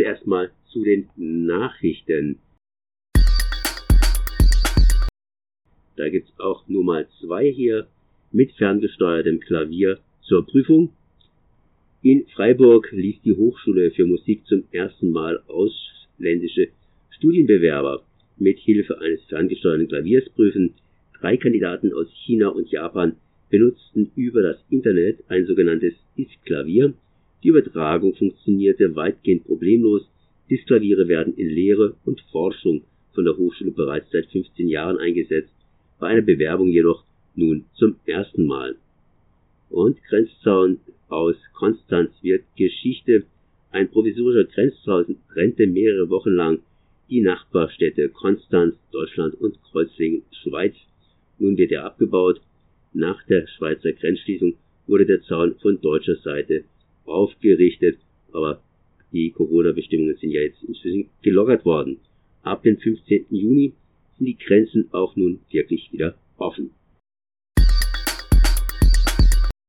erstmal zu den Nachrichten. Da gibt's auch Nummer 2 hier mit ferngesteuertem Klavier zur Prüfung. In Freiburg ließ die Hochschule für Musik zum ersten Mal ausländische Studienbewerber mit Hilfe eines ferngesteuerten Klaviers prüfen. 3 Kandidaten aus China und Japan benutzten über das Internet ein sogenanntes Diskklavier. Die Übertragung funktionierte weitgehend problemlos. Diskklaviere werden in Lehre und Forschung von der Hochschule bereits seit 15 Jahren eingesetzt, bei einer Bewerbung jedoch nun zum ersten Mal. Und Grenzzaun aus Konstanz wird Geschichte. Ein provisorischer Grenzzaun trennte mehrere Wochen lang die Nachbarstädte Konstanz, Deutschland und Kreuzlingen, Schweiz. Nun wird er abgebaut. Nach der Schweizer Grenzschließung wurde der Zaun von deutscher Seite aufgerichtet, aber die Corona-Bestimmungen sind ja jetzt inzwischen gelockert worden. Ab dem 15. Juni sind die Grenzen auch nun wirklich wieder offen.